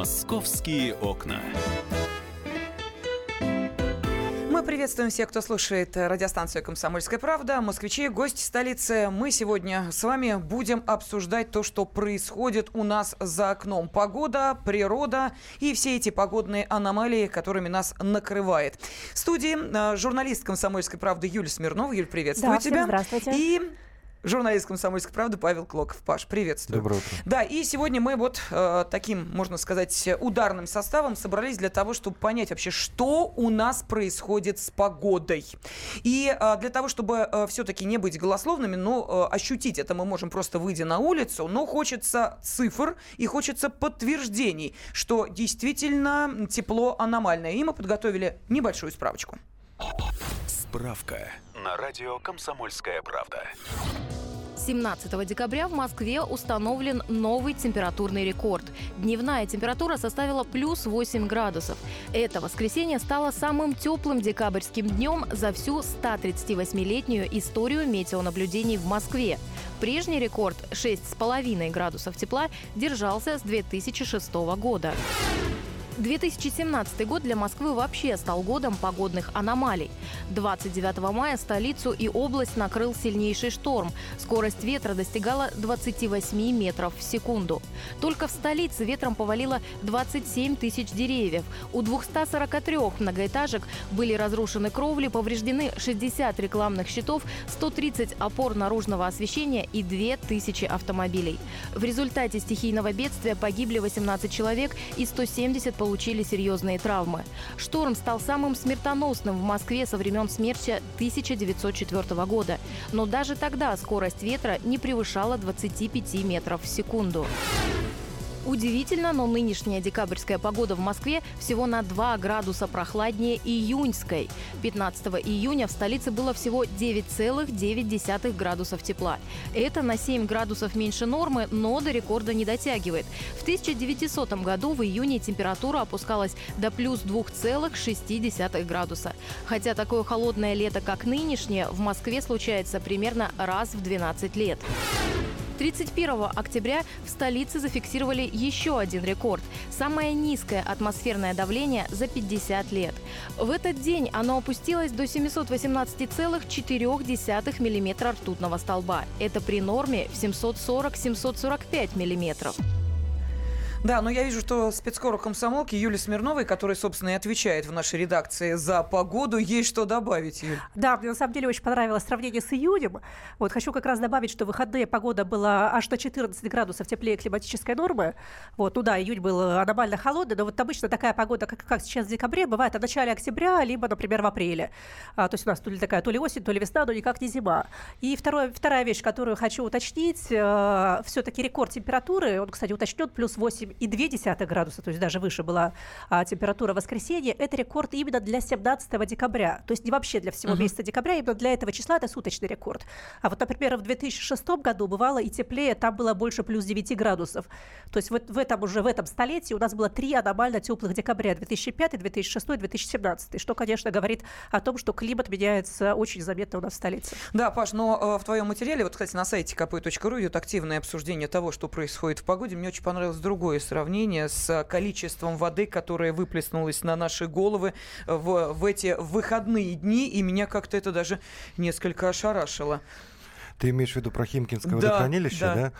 «Московские окна». Мы приветствуем всех, кто слушает радиостанцию «Комсомольская правда». Москвичи, гости столицы. Мы сегодня с вами будем обсуждать то, что происходит у нас за окном. Погода, природа и все эти погодные аномалии, которыми нас накрывает. В студии журналист «Комсомольской правды» Юлия Смирнова. Юль, приветствую тебя. Здравствуйте. И журналист «Комсомольской правды» Павел Клоков. Паш, приветствую. Доброе утро. Да, и сегодня мы таким, можно сказать, ударным составом собрались для того, чтобы понять вообще, что у нас происходит с погодой. И для того, чтобы все-таки не быть голословными, но ощутить это мы можем просто выйдя на улицу, но хочется цифр и хочется подтверждений, что действительно тепло аномальное. И мы подготовили небольшую справочку. Справка на радио «Комсомольская правда». 17 декабря в Москве установлен новый температурный рекорд. Дневная температура составила плюс 8 градусов. Это воскресенье стало самым теплым декабрьским днем за всю 138-летнюю историю метеонаблюдений в Москве. Прежний рекорд 6,5 градусов тепла держался с 2006 года. 2017 год для Москвы вообще стал годом погодных аномалий. 29 мая столицу и область накрыл сильнейший шторм. Скорость ветра достигала 28 метров в секунду. Только в столице ветром повалило 27 тысяч деревьев. У 243 многоэтажек были разрушены кровли, повреждены 60 рекламных щитов, 130 опор наружного освещения и 2000 автомобилей. В результате стихийного бедствия погибли 18 человек и 170 получили серьезные травмы. Шторм стал самым смертоносным в Москве со времен смерча 1904 года. Но даже тогда скорость ветра не превышала 25 метров в секунду. Удивительно, но нынешняя декабрьская погода в Москве всего на 2 градуса прохладнее июньской. 15 июня в столице было всего 9,9 градусов тепла. Это на 7 градусов меньше нормы, но до рекорда не дотягивает. В 1900 году в июне температура опускалась до плюс 2,6 градуса. Хотя такое холодное лето, как нынешнее, в Москве случается примерно раз в 12 лет. 31 октября в столице зафиксировали еще один рекорд – самое низкое атмосферное давление за 50 лет. В этот день оно опустилось до 718,4 миллиметра ртутного столба. Это при норме в 740-745 миллиметров. Да, но я вижу, что спецкор комсомолки Юлии Смирновой, которая, собственно, и отвечает в нашей редакции за погоду, есть что добавить, Юль. Да, мне на самом деле очень понравилось сравнение с июнем. Вот хочу как раз добавить, что в выходные погода была аж на 14 градусов теплее климатической нормы. Вот, ну да, июнь был аномально холодный, но вот обычно такая погода, как сейчас в декабре, бывает в начале октября, либо, например, в апреле. То есть у нас то ли такая, то ли осень, то ли весна, но никак не зима. И вторая вещь, которую хочу уточнить, все-таки рекорд температуры, он, кстати, уточнен, плюс 8,2 градуса, то есть даже выше была температура в воскресенье. Это рекорд именно для 17 декабря. То есть не вообще для всего месяца декабря, именно для этого числа это суточный рекорд. А вот, например, в 2006 году бывало и теплее, там было больше плюс 9 градусов. То есть вот в этом столетии у нас было 3 аномально теплых декабря: 2005, 2006, 2017. Что, конечно, говорит о том, что климат меняется очень заметно у нас в столице. Да, Паш, но в твоем материале, вот, кстати, на сайте kp.ru идет активное обсуждение того, что происходит в погоде. Мне очень понравилось другое сравнение с количеством воды, которая выплеснулась на наши головы в эти выходные дни, и меня как-то это даже несколько ошарашило. Ты имеешь в виду про Химкинское водохранилище, да?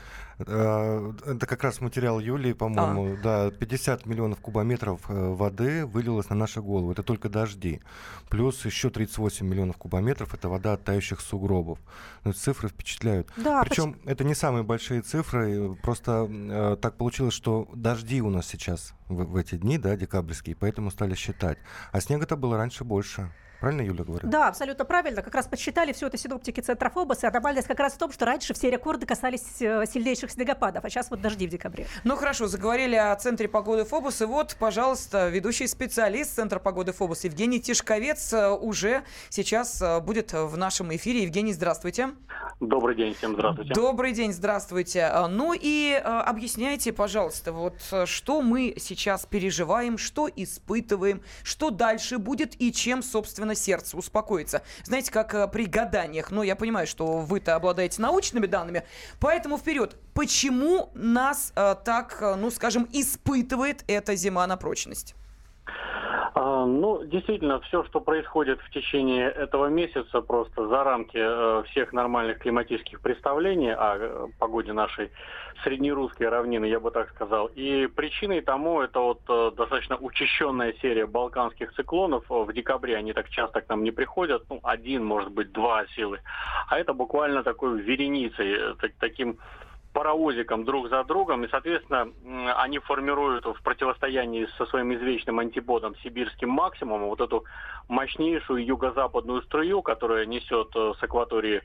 Это как раз материал Юлии, по-моему. Да, 50 миллионов кубометров воды вылилось на наши головы. Это только дожди. Плюс еще 38 миллионов кубометров — это вода от тающих сугробов. Цифры впечатляют. Да, причем это не самые большие цифры. Просто так получилось, что дожди у нас сейчас в эти дни, да, декабрьские, поэтому стали считать. А снега-то было раньше больше. Правильно Юля говорит? Да, абсолютно правильно. Как раз подсчитали все это синоптики Центра Фобос. И аномальность как раз в том, что раньше все рекорды касались сильнейших снегопадов, а сейчас вот дожди в декабре. Ну хорошо, заговорили о Центре погоды Фобос. И вот, пожалуйста, ведущий специалист Центра погоды Фобос Евгений Тишковец уже сейчас будет в нашем эфире. Евгений, здравствуйте. Добрый день, всем здравствуйте. Добрый день, здравствуйте. Ну и объясняйте, пожалуйста, вот что мы сейчас переживаем, что испытываем, что дальше будет и чем, собственно, сердце успокоится. Знаете, как при гаданиях. Но я понимаю, что вы-то обладаете научными данными, поэтому вперед. почему нас так, скажем, испытывает эта зима на прочность? Действительно, все, что происходит в течение этого месяца, просто за рамки всех нормальных климатических представлений о погоде нашей среднерусской равнины, я бы так сказал. И причиной тому это достаточно учащенная серия балканских циклонов. В декабре они так часто к нам не приходят, один, может быть, два силы. А это буквально такой вереницей, таким паровозиком друг за другом, и, соответственно, они формируют в противостоянии со своим извечным антиподом сибирским максимумом вот эту мощнейшую юго-западную струю, которая несет с акватории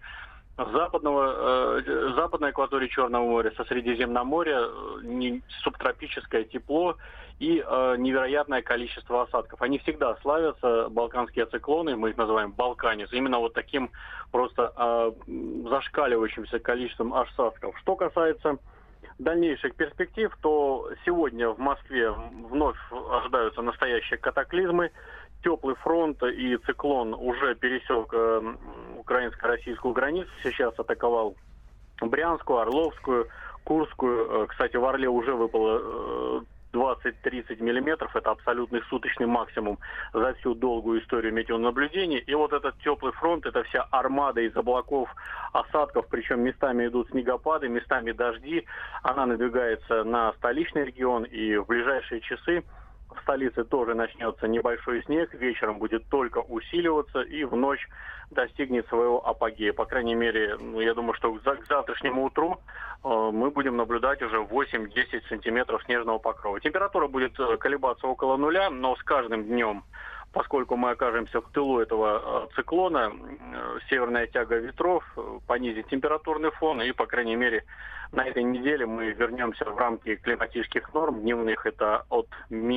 западной акватории Черного моря, со Средиземноморья субтропическое тепло и невероятное количество осадков. Они всегда славятся, балканские циклоны, мы их называем балканец, именно вот таким просто зашкаливающимся количеством осадков. Что касается дальнейших перспектив, то сегодня в Москве вновь ожидаются настоящие катаклизмы. Теплый фронт и циклон уже пересек украинско-российскую границу, сейчас атаковал Брянскую, Орловскую, Курскую. Кстати, в Орле уже выпало 20-30 миллиметров. Это абсолютный суточный максимум за всю долгую историю метеонаблюдений. И вот этот теплый фронт, это вся армада из облаков, осадков, причем местами идут снегопады, местами дожди. Она надвигается на столичный регион, и в ближайшие часы в столице тоже начнется небольшой снег, вечером будет только усиливаться и в ночь достигнет своего апогея. По крайней мере, я думаю, что к завтрашнему утру мы будем наблюдать уже 8-10 сантиметров снежного покрова. Температура будет колебаться около нуля, но с каждым днем, поскольку мы окажемся в тылу этого циклона, северная тяга ветров понизит температурный фон, и, по крайней мере, на этой неделе мы вернемся в рамки климатических норм. Дневных это от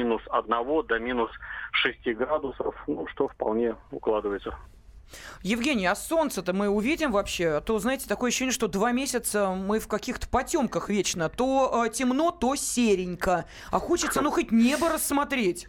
-1 до -6 градусов, что вполне укладывается. Евгений, а солнце-то мы увидим вообще? А то, знаете, такое ощущение, что 2 месяца мы в каких-то потемках вечно. То темно, то серенько. А хочется, хоть небо рассмотреть.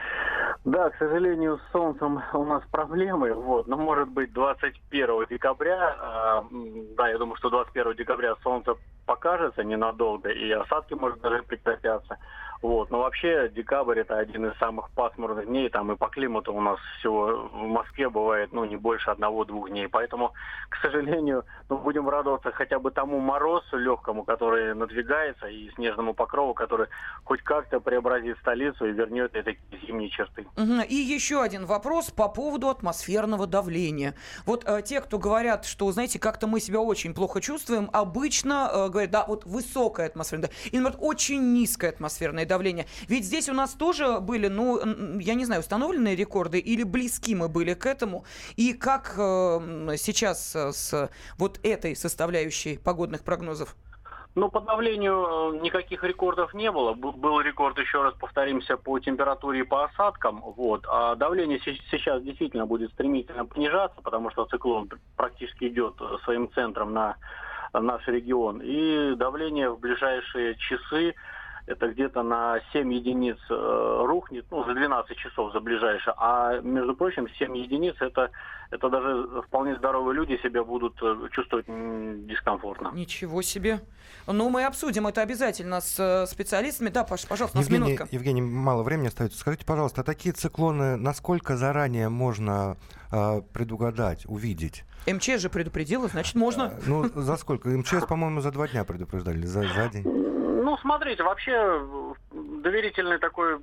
Да, к сожалению, с солнцем у нас проблемы, но может быть 21 декабря, я думаю, что 21 декабря солнце покажется ненадолго, и осадки, может, даже прекратятся. Но вообще декабрь это один из самых пасмурных дней, там и по климату у нас всего в Москве бывает, не больше 1-2 дней. Поэтому, к сожалению, будем радоваться хотя бы тому морозу легкому, который надвигается, и снежному покрову, который хоть как-то преобразит столицу и вернет эти зимние черты. И еще один вопрос по поводу атмосферного давления. Те, кто говорят, что, знаете, как-то мы себя очень плохо чувствуем, обычно говорят, высокое атмосферное давление, и, например, очень низкое атмосферное давление. Ведь здесь у нас тоже были, я не знаю, установленные рекорды или близки мы были к этому. И как сейчас с этой составляющей погодных прогнозов? По давлению никаких рекордов не было. Был рекорд, еще раз повторимся, по температуре и по осадкам. А давление сейчас действительно будет стремительно понижаться, потому что циклон практически идет своим центром на наш регион. И давление в ближайшие часы это где-то на 7 единиц рухнет, за 12 часов за ближайшее. А, между прочим, 7 единиц это даже вполне здоровые люди себя будут чувствовать дискомфортно. Ничего себе. Мы обсудим это обязательно с специалистами. Да, Паш, пожалуйста, у нас минутка. Евгений, мало времени остается. Скажите, пожалуйста, а такие циклоны насколько заранее можно предугадать, увидеть? МЧС же предупредила, значит, можно. За сколько? МЧС, по-моему, за 2 дня предупреждали, за день. Смотрите, вообще доверительный такой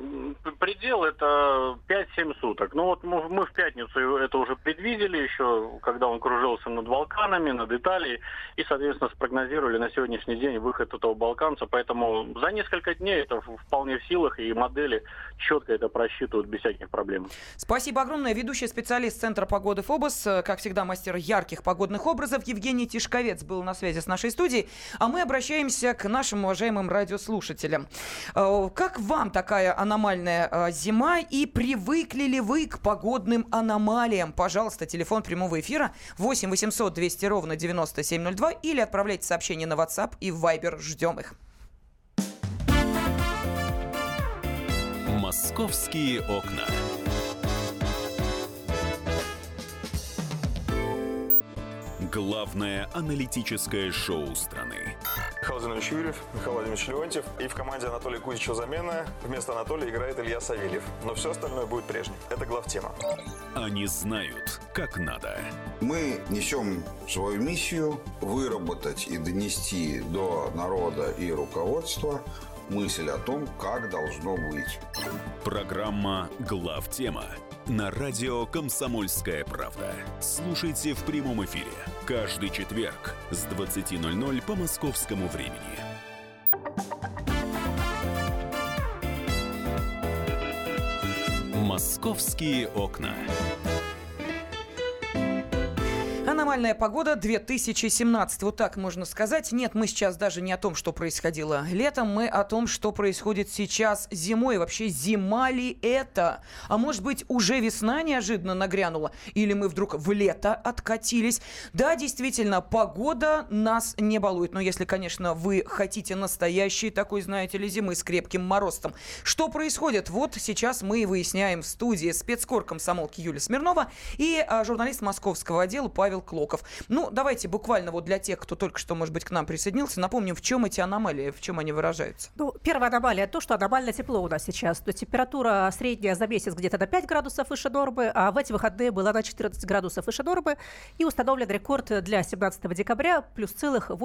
предел это 5-7 суток. Мы в пятницу это уже предвидели еще, когда он кружился над Балканами, над Италией, и, соответственно, спрогнозировали на сегодняшний день выход этого балканца. Поэтому за несколько дней это вполне в силах, и модели четко это просчитывают без всяких проблем. Спасибо огромное. Ведущий специалист Центра погоды ФОБОС, как всегда, мастер ярких погодных образов Евгений Тишковец был на связи с нашей студией. А мы обращаемся к нашим уважаемым радиослушателям. Как вам такая аномальная зима и привыкли ли вы к погодным аномалиям? Пожалуйста, телефон прямого эфира 8 800 200 ровно 9702 или отправляйте сообщения на WhatsApp и Viber. Ждем их. Московские окна. Главное аналитическое шоу страны. Михаил Зинович Юрьев, Михаил Владимирович Леонтьев. И в команде Анатолия Кузичева замена. Вместо Анатолия играет Илья Савельев. Но все остальное будет прежним. Это главтема. Они знают, как надо. Мы несем свою миссию выработать и донести до народа и руководства мысль о том, как должно быть. Программа «Главтема» на радио «Комсомольская правда». Слушайте в прямом эфире каждый четверг с 20:00 по московскому времени. «Московские окна». Аномальная погода 2017. Вот так можно сказать. Нет, мы сейчас даже не о том, что происходило летом, мы о том, что происходит сейчас зимой. Вообще, зима ли это? А может быть, уже весна неожиданно нагрянула? Или мы вдруг в лето откатились? Да, действительно, погода нас не балует. Но если, конечно, вы хотите настоящей такой, знаете ли, зимы с крепким морозом. Что происходит? Вот сейчас мы и выясняем в студии спецкор комсомолки Юлия Смирнова и журналист московского отдела Павел Клоков. Ну, давайте буквально вот для тех, кто только что, может быть, к нам присоединился, напомним, в чем эти аномалии, в чем они выражаются. Ну, первая аномалия – то, что аномально тепло у нас сейчас. То есть температура средняя за месяц где-то на 5 градусов выше нормы, а в эти выходные была на 14 градусов выше нормы. И установлен рекорд для 17 декабря плюс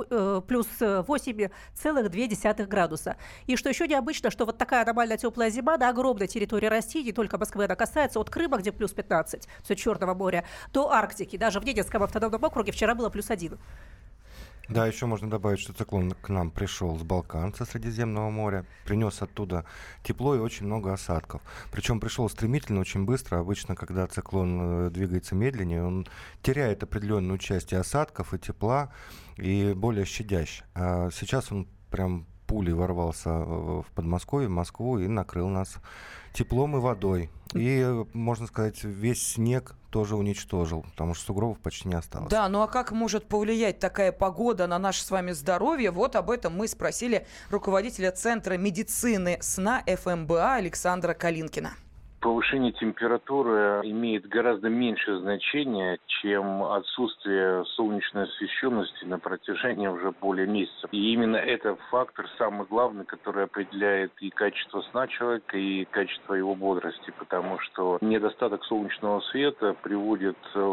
8,2 градуса. И что еще необычно, что вот такая аномально теплая зима на огромной территории России, не только Москвы, она касается от Крыма, где плюс 15, все Черного моря, до Арктики. Даже в Ненецком автономном округе вчера было плюс 1. Да, еще можно добавить, что циклон к нам пришел с Балкан, со Средиземного моря, принес оттуда тепло и очень много осадков. Причем пришел стремительно, очень быстро. Обычно, когда циклон двигается медленнее, он теряет определенную часть и осадков, и тепла, и более щадящий. А сейчас он прям пулей ворвался в Подмосковье, в Москву и накрыл нас теплом и водой. И, можно сказать, весь снег тоже уничтожил, потому что сугробов почти не осталось. Да, ну а как может повлиять такая погода на наше с вами здоровье? Вот об этом мы спросили руководителя Центра медицины сна ФМБА Александра Калинкина. Повышение температуры имеет гораздо меньшее значение, чем отсутствие солнечной освещенности на протяжении уже более месяца. И именно этот фактор самый главный, который определяет и качество сна человека, и качество его бодрости, потому что недостаток солнечного света приводит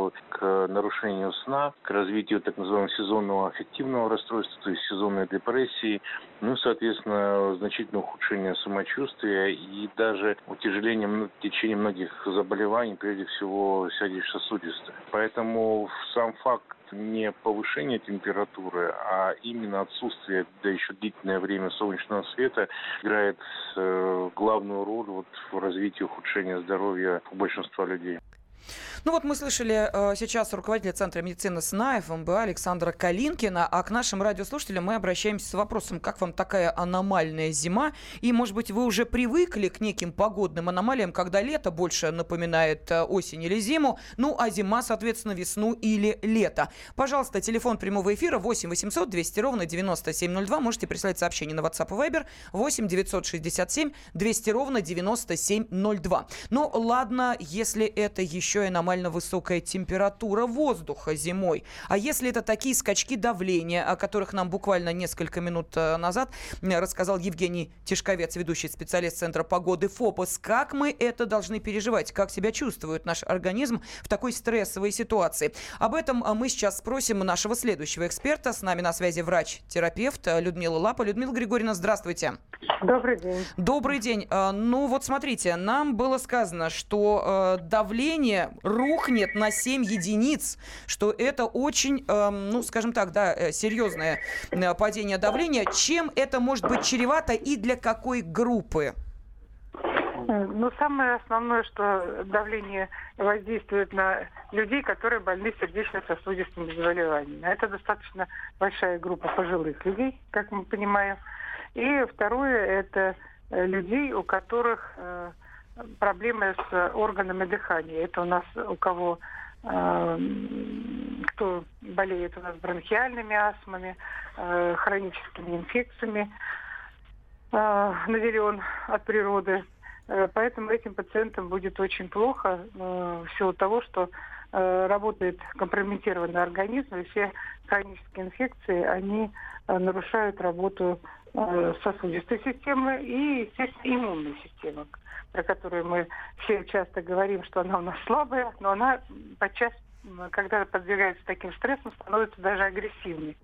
к нарушению сна, к развитию так называемого сезонного аффективного расстройства, то есть сезонной депрессии, ну, соответственно, значительное ухудшение самочувствия и даже утяжеление в течение многих заболеваний, прежде всего сердечно-сосудистых. Поэтому сам факт не повышения температуры, а именно отсутствие, да еще длительное время солнечного света играет главную роль вот в развитии ухудшения здоровья у большинства людей. Ну вот мы слышали сейчас руководителя Центра медицины сна ФМБА Александра Калинкина, а к нашим радиослушателям мы обращаемся с вопросом, как вам такая аномальная зима? И, может быть, вы уже привыкли к неким погодным аномалиям, когда лето больше напоминает осень или зиму, ну а зима, соответственно, весну или лето. Пожалуйста, телефон прямого эфира 8 800 200 ровно 9702. Можете прислать сообщение на WhatsApp и Viber 8 967 200 ровно 9702. Ну ладно, если это еще и аномальная высокая температура воздуха зимой. А если это такие скачки давления, о которых нам буквально несколько минут назад рассказал Евгений Тишковец, ведущий специалист Центра погоды ФОПОС, как мы это должны переживать, как себя чувствует наш организм в такой стрессовой ситуации. Об этом мы сейчас спросим нашего следующего эксперта. С нами на связи врач-терапевт Людмила Лапа. Людмила Григорьевна, здравствуйте. Добрый день. Добрый день. Ну вот смотрите, нам было сказано, что давление рухнет на 7 единиц, что это очень, ну, скажем так, да, серьезное падение давления. Чем это может быть чревато и для какой группы? Ну, самое основное, что давление воздействует на людей, которые больны сердечно-сосудистыми заболеваниями. Это достаточно большая группа пожилых людей, как мы понимаем. И второе, это людей, у которых проблемы с органами дыхания. Это у нас у кого, кто болеет у нас бронхиальными астмами, хроническими инфекциями, наделен от природы. Поэтому этим пациентам будет очень плохо в силу того, что работает компрометированный организм, и все хронические инфекции, они нарушают работу сосудистой системы и, естественно, иммунной системы, про которую мы все часто говорим, что она у нас слабая, но она подчас, когда подвергается таким стрессам, становится даже агрессивной.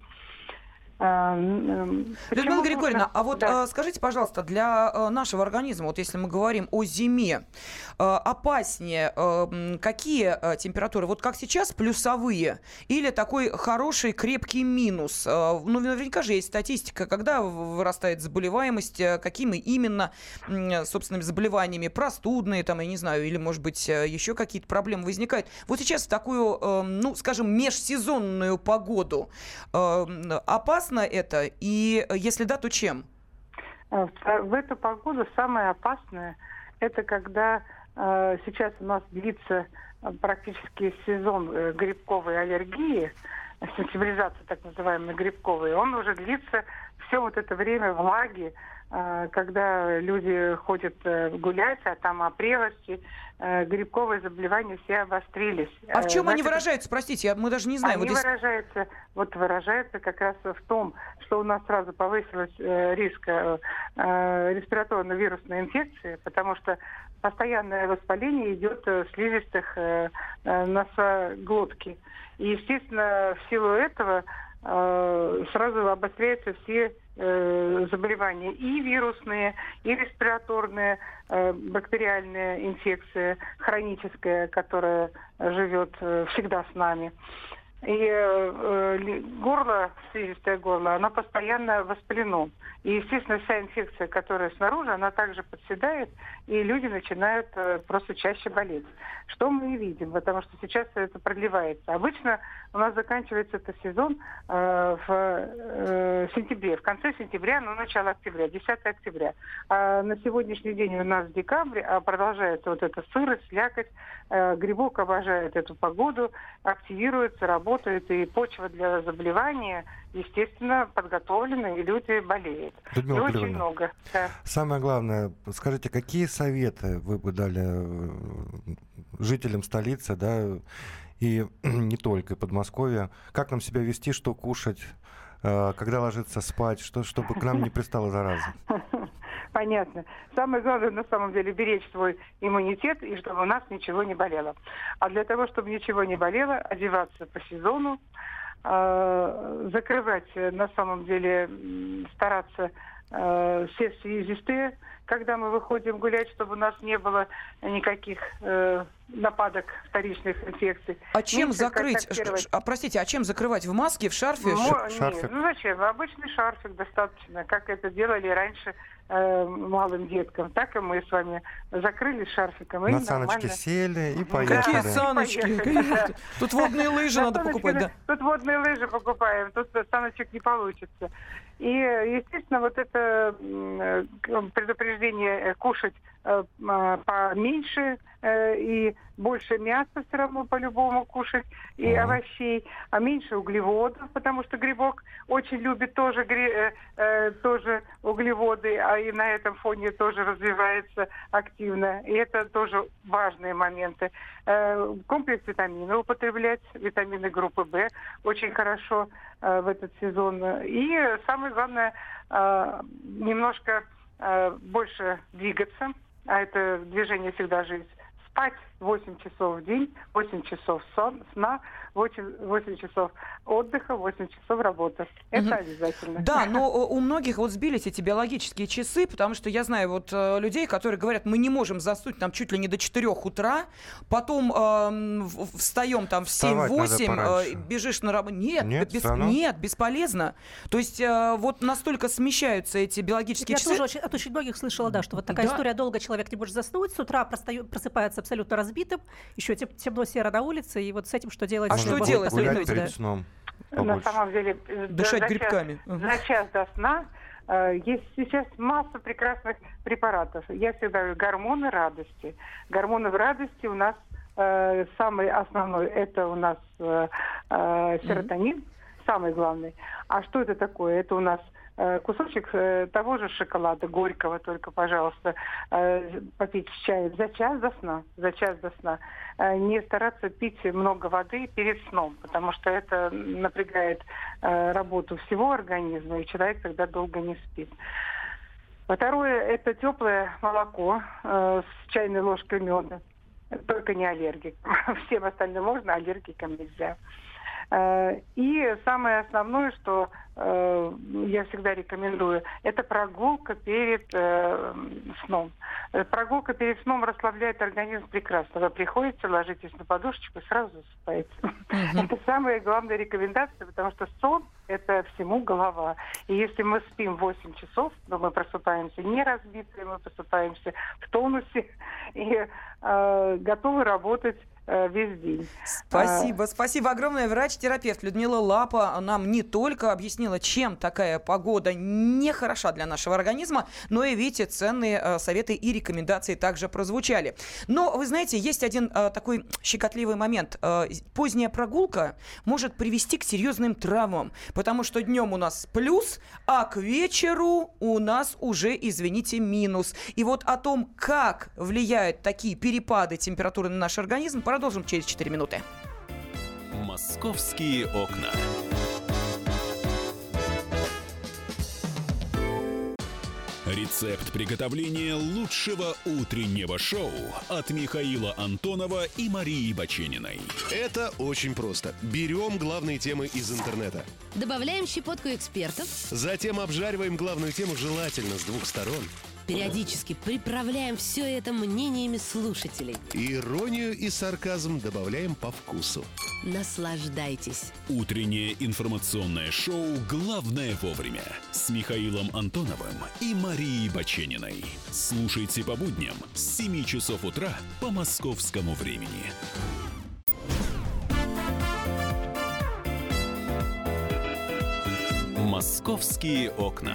Людмила Григорьевна, а вот скажите, пожалуйста, для нашего организма, вот если мы говорим о зиме, опаснее какие температуры? Вот как сейчас, плюсовые или такой хороший крепкий минус? Ну, наверняка же есть статистика, когда вырастает заболеваемость, какими именно, собственными заболеваниями, простудные, там, я не знаю, или, может быть, еще какие-то проблемы возникают. Вот сейчас в такую, ну, скажем, межсезонную погоду опасно это? И если да, то чем? В эту погоду самое опасное – это когда сейчас у нас длится практически сезон грибковой аллергии, сентябризация так называемая грибковая, он уже длится все вот это время влаги, когда люди ходят гулять, а там апрелости, грибковые заболевания все обострились. А в чем они выражаются, простите, мы даже не знаем. Они выражаются как раз в том, что у нас сразу повысилась риск респираторно-вирусной инфекции, потому что постоянное воспаление идет слизистых носоглотки. И, естественно, в силу этого сразу обостряются все заболевания, и вирусные, и респираторные, бактериальная инфекция, хроническая, которая живет всегда с нами. И горло, слизистое горло, оно постоянно воспалено. И, естественно, вся инфекция, которая снаружи, она также подседает, и люди начинают просто чаще болеть. Что мы и видим, потому что сейчас это продлевается. Обычно у нас заканчивается этот сезон в сентябре, в конце сентября, ну, начало октября, 10 октября. А на сегодняшний день у нас декабрь, а продолжается вот эта сырость, слякоть. Грибок обожает эту погоду, активируется, работает, и почва для заболевания, естественно, подготовлена, и люди болеют. Людмила и очень много. Да. Самое главное, скажите, какие советы вы бы дали жителям столицы, да, и не только, и Подмосковья, как нам себя вести, что кушать, когда ложиться спать, чтобы к нам не пристала зараза? Понятно. Самое главное, на самом деле, беречь свой иммунитет, и чтобы у нас ничего не болело. А для того, чтобы ничего не болело, одеваться по сезону, закрывать, на самом деле, стараться все слизистые, когда мы выходим гулять, чтобы у нас не было никаких нападок вторичных инфекций. А чем закрыть? Простите, а чем закрывать? В маске, в шарфе? Нет, ну зачем? Обычный шарфик достаточно, как это делали раньше малым деткам. Так и мы с вами закрылись шарфиком. На саночки сели и поехали. Какие саночки? Тут водные лыжи надо покупать, да? Тут водные лыжи покупаем, тут саночек не получится. И, естественно, вот это предупреждение кушать поменьше и больше мяса все равно по-любому кушать, и овощей, а меньше углеводов, потому что грибок очень любит тоже углеводы, а и на этом фоне тоже развивается активно. И это тоже важные моменты. Комплекс витаминов употреблять, витамины группы В очень хорошо в этот сезон. И самое главное, немножко больше двигаться, а это движение всегда жизнь. Спать 8 часов в день, 8 часов сна, 8 часов отдыха, 8 часов работы. Это обязательно. Да, но у многих вот сбились эти биологические часы, потому что я знаю вот людей, которые говорят, мы не можем заснуть там чуть ли не до 4 утра, потом встаем там в 7-8, бежишь на работу. Нет, бесполезно. То есть вот настолько смещаются эти биологические часы. Я тоже от очень многих слышала, да, что вот такая история, долго человек не может заснуть, с утра просыпается абсолютно разбитым, еще темно серо на улице, и вот с этим что делать? А что делать? Гулять перед сном. На самом деле, дышать грибками. За час до сна есть сейчас масса прекрасных препаратов. Я всегда говорю, гормоны радости. Гормоны радости у нас самый основной, это у нас серотонин. самый главный. А что это такое? Это у нас кусочек того же шоколада горького, только, пожалуйста, попить с чаем за час до сна. Не стараться пить много воды перед сном, потому что это напрягает работу всего организма, и человек тогда долго не спит. Второе – это теплое молоко с чайной ложкой меда. Только не аллергикам. Всем остальным можно, аллергикам нельзя. И самое основное, что я всегда рекомендую, это прогулка перед сном. Прогулка перед сном расслабляет организм прекрасно. Вы приходите, ложитесь на подушечку и сразу засыпаете. Это самая главная рекомендация, потому что сон – это всему голова. И если мы спим 8 часов, то мы просыпаемся не разбитые, мы просыпаемся в тонусе и готовы работать весь день. Спасибо огромное. Врач-терапевт Людмила Лапа нам не только объяснила, чем такая погода не хороша для нашего организма, но и, видите, ценные советы и рекомендации также прозвучали. Но, вы знаете, есть один такой щекотливый момент. Поздняя прогулка может привести к серьезным травмам, потому что днем у нас плюс, а к вечеру у нас уже, извините, минус. И вот о том, как влияют такие перепады температуры на наш организм, продолжим через 4 минуты. «Московские окна». Рецепт приготовления лучшего утреннего шоу от Михаила Антонова и Марии Бачениной. Это очень просто. Берем главные темы из интернета. Добавляем щепотку экспертов. Затем обжариваем главную тему желательно с двух сторон. Периодически приправляем все это мнениями слушателей. Иронию и сарказм добавляем по вкусу. Наслаждайтесь. Утреннее информационное шоу «Главное вовремя» с Михаилом Антоновым и Марией Бачениной. Слушайте по будням с 7 часов утра по московскому времени. «Московские окна».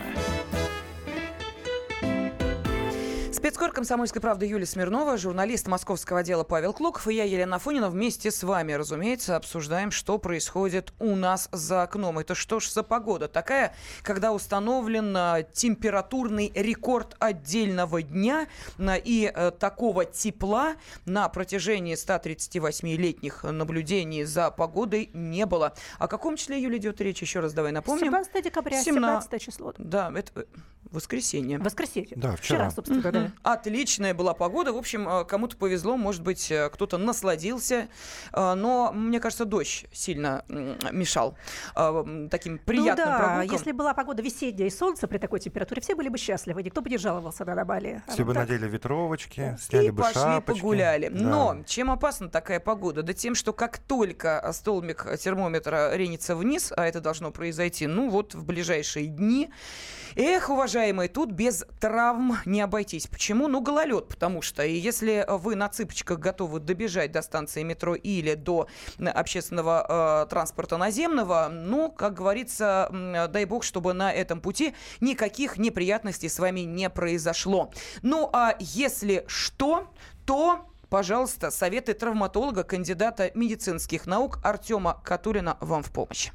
Спецкор «Комсомольской правды» Юлия Смирнова, журналист московского отдела Павел Клоков и я, Елена Афонина, вместе с вами, разумеется, обсуждаем, что происходит у нас за окном. Это что ж за погода такая, когда установлен температурный рекорд отдельного дня и такого тепла на протяжении 138-летних наблюдений за погодой не было. О каком числе, Юля, идет речь? Еще раз давай напомним. 17 декабря, 17 число. Да, это воскресенье. Да, вчера, собственно, да. Отличная была погода. В общем, кому-то повезло, может быть, кто-то насладился. Но, мне кажется, дождь сильно мешал таким приятным прогулкам. Если была погода весенняя и солнце при такой температуре, все были бы счастливы. Никто бы не жаловался на Бали. Все бы надели ветровочки, сняли бы шапочки. И пошли погуляли. Да. Но чем опасна такая погода? Да тем, что как только столбик термометра ринется вниз, а это должно произойти, в ближайшие дни, уважаемые, тут без травм не обойтись. Почему? Гололед, потому что если вы на цыпочках готовы добежать до станции метро или до общественного транспорта наземного, как говорится, дай бог, чтобы на этом пути никаких неприятностей с вами не произошло. А если что, то... Пожалуйста, советы травматолога, кандидата медицинских наук Артема Катурина вам в помощь.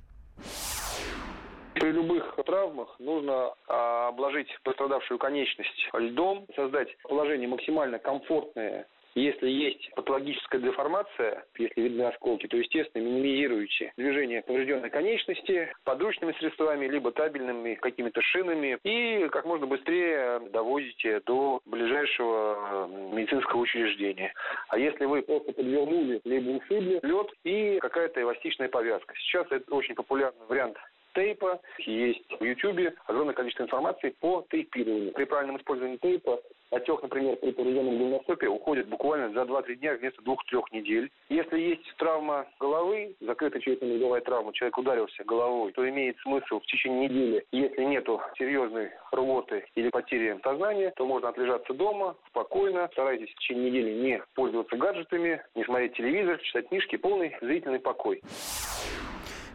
При любых травмах нужно обложить пострадавшую конечность льдом, создать положение максимально комфортное. Если есть патологическая деформация, если видны осколки, то, естественно, минимизируйте движение поврежденной конечности подручными средствами, либо табельными какими-то шинами, и как можно быстрее доводите до ближайшего медицинского учреждения. А если вы просто подвернули, либо ушибли лед и какая-то эластичная повязка. Сейчас это очень популярный вариант тейпа. Есть в Ютубе огромное количество информации по тейпированию. При правильном использовании тейпа отек, например, при поврежденном голеностопе уходит буквально за 2-3 дня вместо 2-3 недель. Если есть травма головы, закрытая черепно-мозговая травма, человек ударился головой, то имеет смысл в течение недели, если нету серьезной рвоты или потери сознания, то можно отлежаться дома спокойно. Старайтесь в течение недели не пользоваться гаджетами, не смотреть телевизор, читать книжки, полный зрительный покой.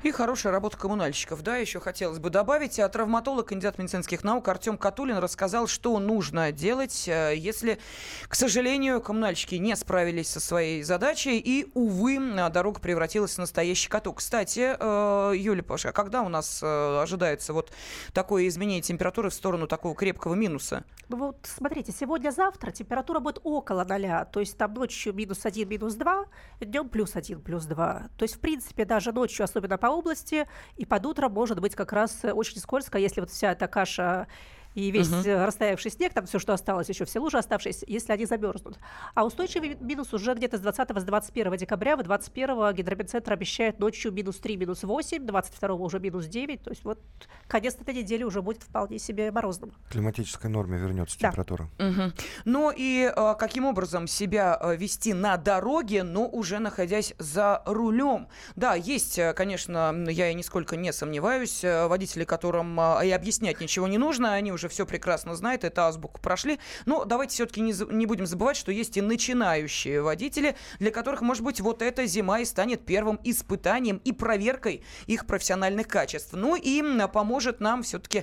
И хорошая работа коммунальщиков, да, еще хотелось бы добавить. Травматолог, кандидат медицинских наук Артем Катулин рассказал, что нужно делать, если, к сожалению, коммунальщики не справились со своей задачей, и, увы, дорога превратилась в настоящий каток. Кстати, Юлия Паша, когда у нас ожидается вот такое изменение температуры в сторону такого крепкого минуса? Ну вот, смотрите, сегодня-завтра температура будет около 0, то есть там ночью -1, -2, днем +1, +2. То есть, в принципе, даже ночью, особенно по области, и под утро может быть как раз очень скользко, если вот вся эта каша и весь растаявший снег, там все, что осталось, еще все лужи оставшиеся, если они замерзнут. А устойчивый минус уже где-то с 20 с 21 декабря, 21 гидрометцентр обещает ночью -3, -8, 22 уже -9, то есть вот конец этой недели уже будет вполне себе морозным. К климатической норме вернется температура. Ну и каким образом себя вести на дороге, но уже находясь за рулем? Да, есть, конечно, я и нисколько не сомневаюсь, водители, которым и объяснять ничего не нужно, они уже все прекрасно знают, это азбуку прошли. Но давайте все-таки не будем забывать, что есть и начинающие водители, для которых, может быть, вот эта зима и станет первым испытанием и проверкой их профессиональных качеств. Ну и поможет нам все-таки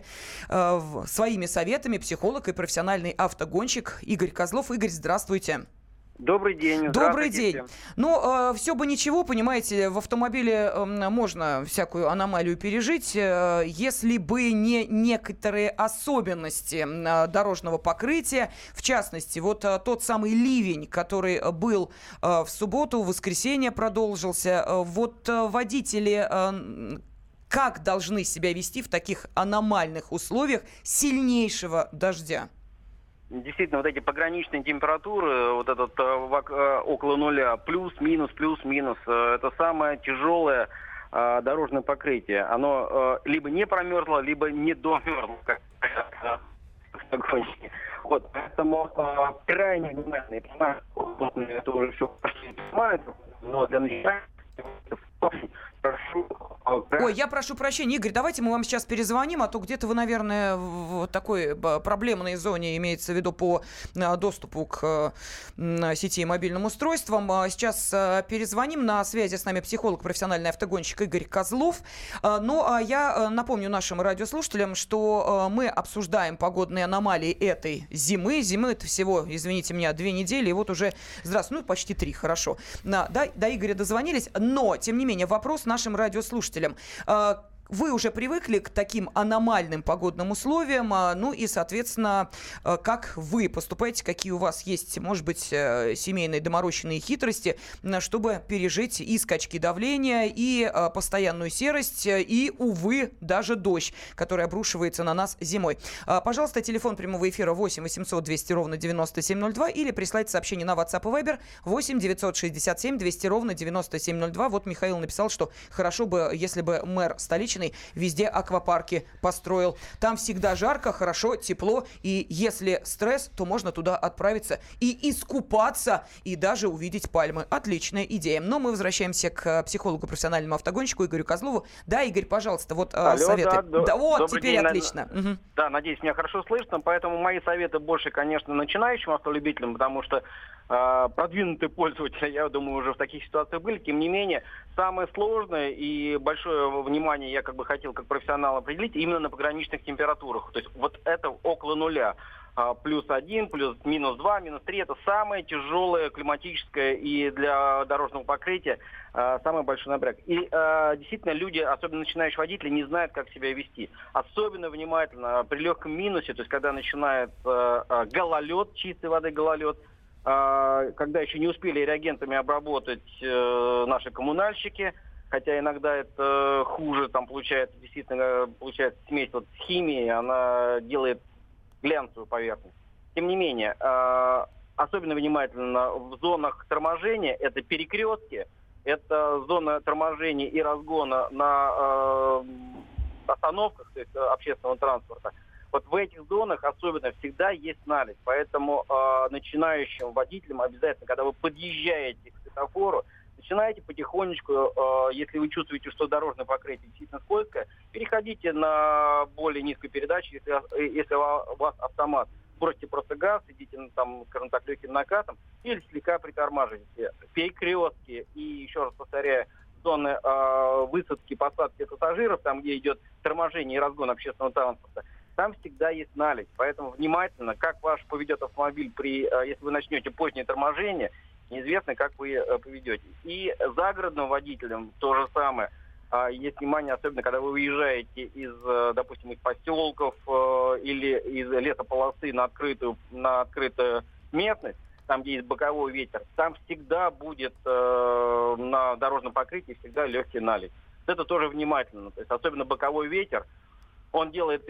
своими советами психолог и профессиональный автогонщик Игорь Козлов. Игорь, здравствуйте. Добрый день. Добрый день. Ну, все бы ничего, понимаете, в автомобиле можно всякую аномалию пережить, если бы не некоторые особенности дорожного покрытия. В частности, вот тот самый ливень, который был в субботу, в воскресенье продолжился. Вот водители как должны себя вести в таких аномальных условиях сильнейшего дождя? Действительно, вот эти пограничные температуры, вот этот около нуля, плюс-минус, это самое тяжелое дорожное покрытие. Оно либо не промерзло, либо не домерзло, как вот, поэтому крайне внимательно, я понимаю, это уже все понимают, но для начала прошу... Ой, я прошу прощения, Игорь, давайте мы вам сейчас перезвоним, а то где-то вы, наверное, в такой проблемной зоне, имеется в виду по доступу к сети и мобильным устройствам. Сейчас перезвоним. На связи с нами психолог, профессиональный автогонщик Игорь Козлов. Ну, а я напомню нашим радиослушателям, что мы обсуждаем погодные аномалии этой зимы. Зимы это всего, извините меня, 2 недели, и вот уже, здравствуйте, ну, почти 3, хорошо. До Игоря дозвонились, но, тем не менее, вопрос нашим радиослушателям. Вы уже привыкли к таким аномальным погодным условиям, ну и, соответственно, как вы поступаете, какие у вас есть, может быть, семейные доморощенные хитрости, чтобы пережить и скачки давления, и постоянную серость, и, увы, даже дождь, который обрушивается на нас зимой. Пожалуйста, телефон прямого эфира 8 800 200 ровно 9702 или присылайте сообщение на WhatsApp и Viber 8 967 200 ровно 9702. Вот Михаил написал, что хорошо бы, если бы мэр столичный везде аквапарки построил. Там всегда жарко, хорошо, тепло. И если стресс, то можно туда отправиться и искупаться, и даже увидеть пальмы. Отличная идея. Но мы возвращаемся к психологу, профессиональному автогонщику Игорю Козлову. Да, Игорь, пожалуйста, вот советы. Да, вот, теперь день, отлично. Да, надеюсь, меня хорошо слышно. Поэтому мои советы больше, конечно, начинающим автолюбителям, потому что продвинутые пользователи, я думаю, уже в таких ситуациях были. Тем не менее, самое сложное и большое внимание я как бы хотел как профессионал определить именно на пограничных температурах. То есть вот это около нуля. +1, минус 2, минус 3 это самое тяжелое климатическое и для дорожного покрытия самый большой напряг. И действительно люди, особенно начинающие водители, не знают, как себя вести. Особенно внимательно при легком минусе, то есть когда начинается гололед, чистой воды гололед, когда еще не успели реагентами обработать наши коммунальщики, хотя иногда это хуже, там получается смесь вот с химией, она делает глянцевую поверхность. Тем не менее, особенно внимательно в зонах торможения, это перекрестки, это зона торможения и разгона на остановках, то есть общественного транспорта. Вот в этих зонах особенно всегда есть наледь. Поэтому начинающим водителям обязательно, когда вы подъезжаете к светофору, начинайте потихонечку, если вы чувствуете, что дорожное покрытие действительно скользкое, переходите на более низкую передачу, если у вас автомат. Бросьте просто газ, идите, там, скажем так, легким накатом или слегка притормаживайте. Перекрестки и, еще раз повторяю, зоны высадки, посадки пассажиров, там, где идет торможение и разгон общественного транспорта, там всегда есть наледь. Поэтому внимательно, как ваш поведет автомобиль, если вы начнете позднее торможение, неизвестно, как вы поведете. И загородным водителям то же самое. Есть внимание, особенно когда вы выезжаете допустим, из поселков или из лесополосы на открытую местность, там, где есть боковой ветер, там всегда будет на дорожном покрытии всегда легкий наледь. Это тоже внимательно. То есть, особенно боковой ветер, он делает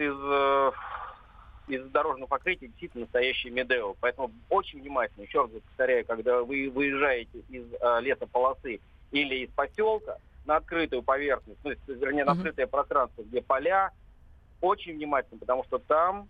из дорожного покрытия действительно настоящий медео. Поэтому очень внимательно, еще раз повторяю, когда вы выезжаете из лесополосы или из поселка на открытую поверхность, вернее, на открытое пространство, где поля, очень внимательно, потому что там,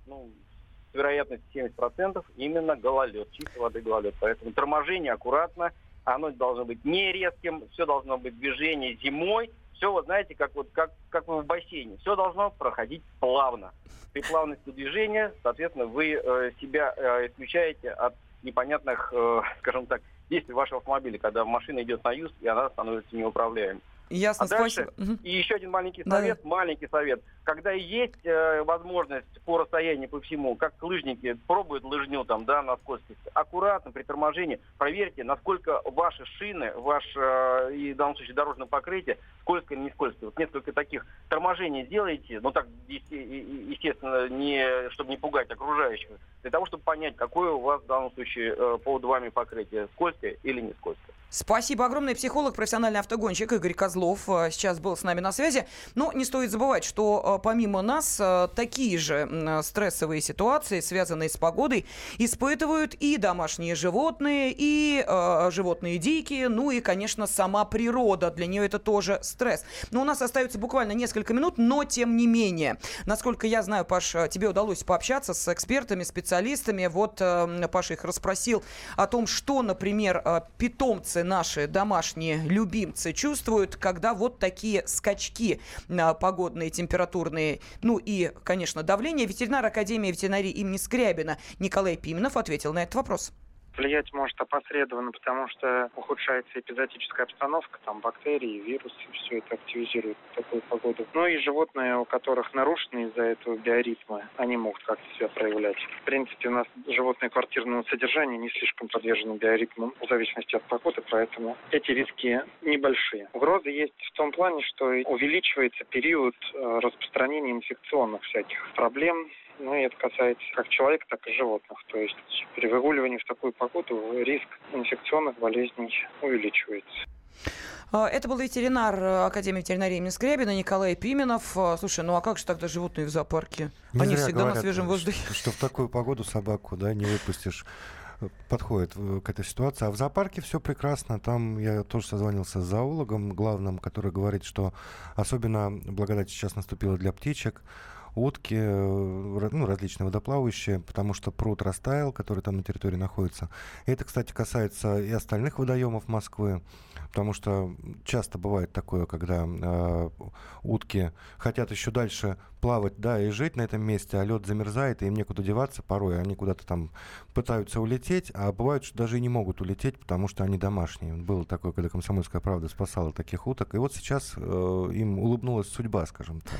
с вероятностью 70% именно гололед, чистой воды гололед. Поэтому торможение аккуратно, оно должно быть не резким, все должно быть движение зимой. Все, вы знаете, как вы в бассейне. Все должно проходить плавно. При плавности движения, соответственно, вы себя исключаете от непонятных, скажем так, действий вашего автомобиля, когда машина идет на юз, и она становится неуправляемой. Ясно, дальше, спасибо. И еще один маленький совет. Когда есть возможность по расстоянию, по всему, как лыжники пробуют лыжню там, да, на скользкости, аккуратно при торможении проверьте, насколько ваши шины, и в данном случае дорожное покрытие, скользкое или не скользкое. Вот несколько таких торможений сделайте, так, естественно, чтобы не пугать окружающих, для того, чтобы понять, какое у вас в данном случае под вами покрытие, скользкое или не скользкое. Спасибо огромное. Психолог, профессиональный автогонщик Игорь Козлов сейчас был с нами на связи. Но не стоит забывать, что помимо нас такие же стрессовые ситуации, связанные с погодой, испытывают и домашние животные, и животные дикие, и, конечно, сама природа. Для нее это тоже стресс. Но у нас остается буквально несколько минут, но тем не менее. Насколько я знаю, Паш, тебе удалось пообщаться с экспертами, специалистами. Вот Паша их расспросил о том, что, например, питомцы наши домашние любимцы чувствуют, когда вот такие скачки погодные, температурные, и, конечно, давление. Ветеринар Академии ветеринарии имени Скрябина Николай Пименов ответил на этот вопрос. Влиять может опосредованно, потому что ухудшается эпизоотическая обстановка, там бактерии, вирусы, все это активизирует такую погоду. И животные, у которых нарушены из-за этого биоритмы, они могут как-то себя проявлять. В принципе, у нас животные квартирного содержания не слишком подвержены биоритмам в зависимости от погоды, поэтому эти риски небольшие. Угроза есть в том плане, что увеличивается период распространения инфекционных всяких проблем. И это касается как человека, так и животных. То есть при выгуливании в такую погоду риск инфекционных болезней увеличивается. Это был ветеринар Академии ветеринарии имени Скрябина Николай Пименов. Слушай, а как же тогда животные в зоопарке? Они всегда говорят, на свежем воздухе. Что в такую погоду собаку, не выпустишь. Подходит к этой ситуации. А в зоопарке все прекрасно. Там я тоже созвонился с зоологом главным, который говорит, что особенно благодать сейчас наступила для птичек. Утки, различные водоплавающие, потому что пруд растаял, который там на территории находится. И это, кстати, касается и остальных водоемов Москвы, потому что часто бывает такое, когда утки хотят еще дальше плавать, и жить на этом месте, а лед замерзает, и им некуда деваться порой, они куда-то там пытаются улететь, а бывает, что даже и не могут улететь, потому что они домашние. Было такое, когда «Комсомольская правда» спасала таких уток, и вот сейчас им улыбнулась судьба, скажем так.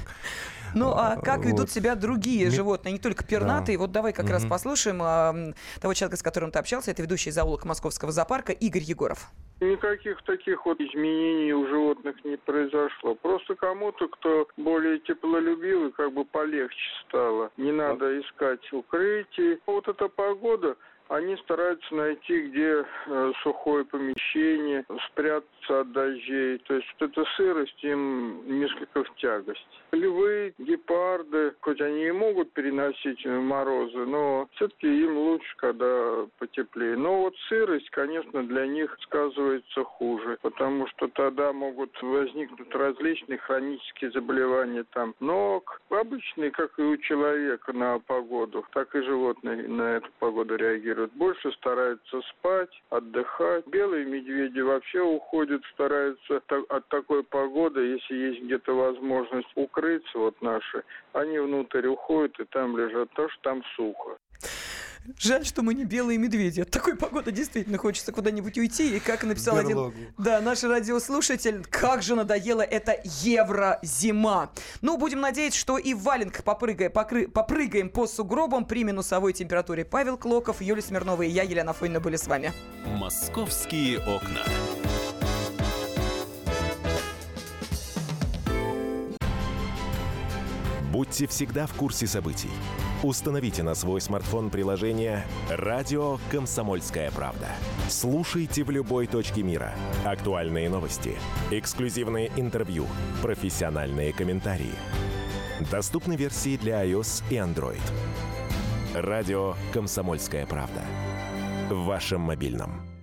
А как ведут себя другие животные, не только пернатые? Вот давай как раз послушаем того человека, с которым ты общался, это ведущий зоолог Московского зоопарка Игорь Егоров. Никаких таких изменений у животных не произошло. Просто кому-то, кто более теплолюбивый, полегче стало. Не надо искать укрытий. Вот эта погода, они стараются найти, где сухое помещение, спрятаться от дождей. То есть эта сырость им несколько в тягость. Львы, гепарды, хоть они и могут переносить морозы, но все-таки им лучше, когда потеплее. Но сырость, конечно, для них сказывается хуже, потому что тогда могут возникнуть различные хронические заболевания ног. Обычные, как и у человека на погоду, так и животные на эту погоду реагируют. Больше стараются спать, отдыхать. Белые медведи вообще уходят, стараются от такой погоды, если есть где-то возможность укрыться, наши, они внутрь уходят и там лежат, потому что там сухо. Жаль, что мы не белые медведи. От такой погоды действительно хочется куда-нибудь уйти. И как написал один наш радиослушатель, как же надоела эта еврозима. Ну, будем надеяться, что и в валенках попрыгаем по сугробам при минусовой температуре. Павел Клоков, Юлия Смирнова и я, Елена Афонина, были с вами. «Московские окна». Будьте всегда в курсе событий. Установите на свой смартфон приложение «Радио Комсомольская правда». Слушайте в любой точке мира. Актуальные новости, эксклюзивные интервью, профессиональные комментарии. Доступны версии для iOS и Android. «Радио Комсомольская правда». В вашем мобильном.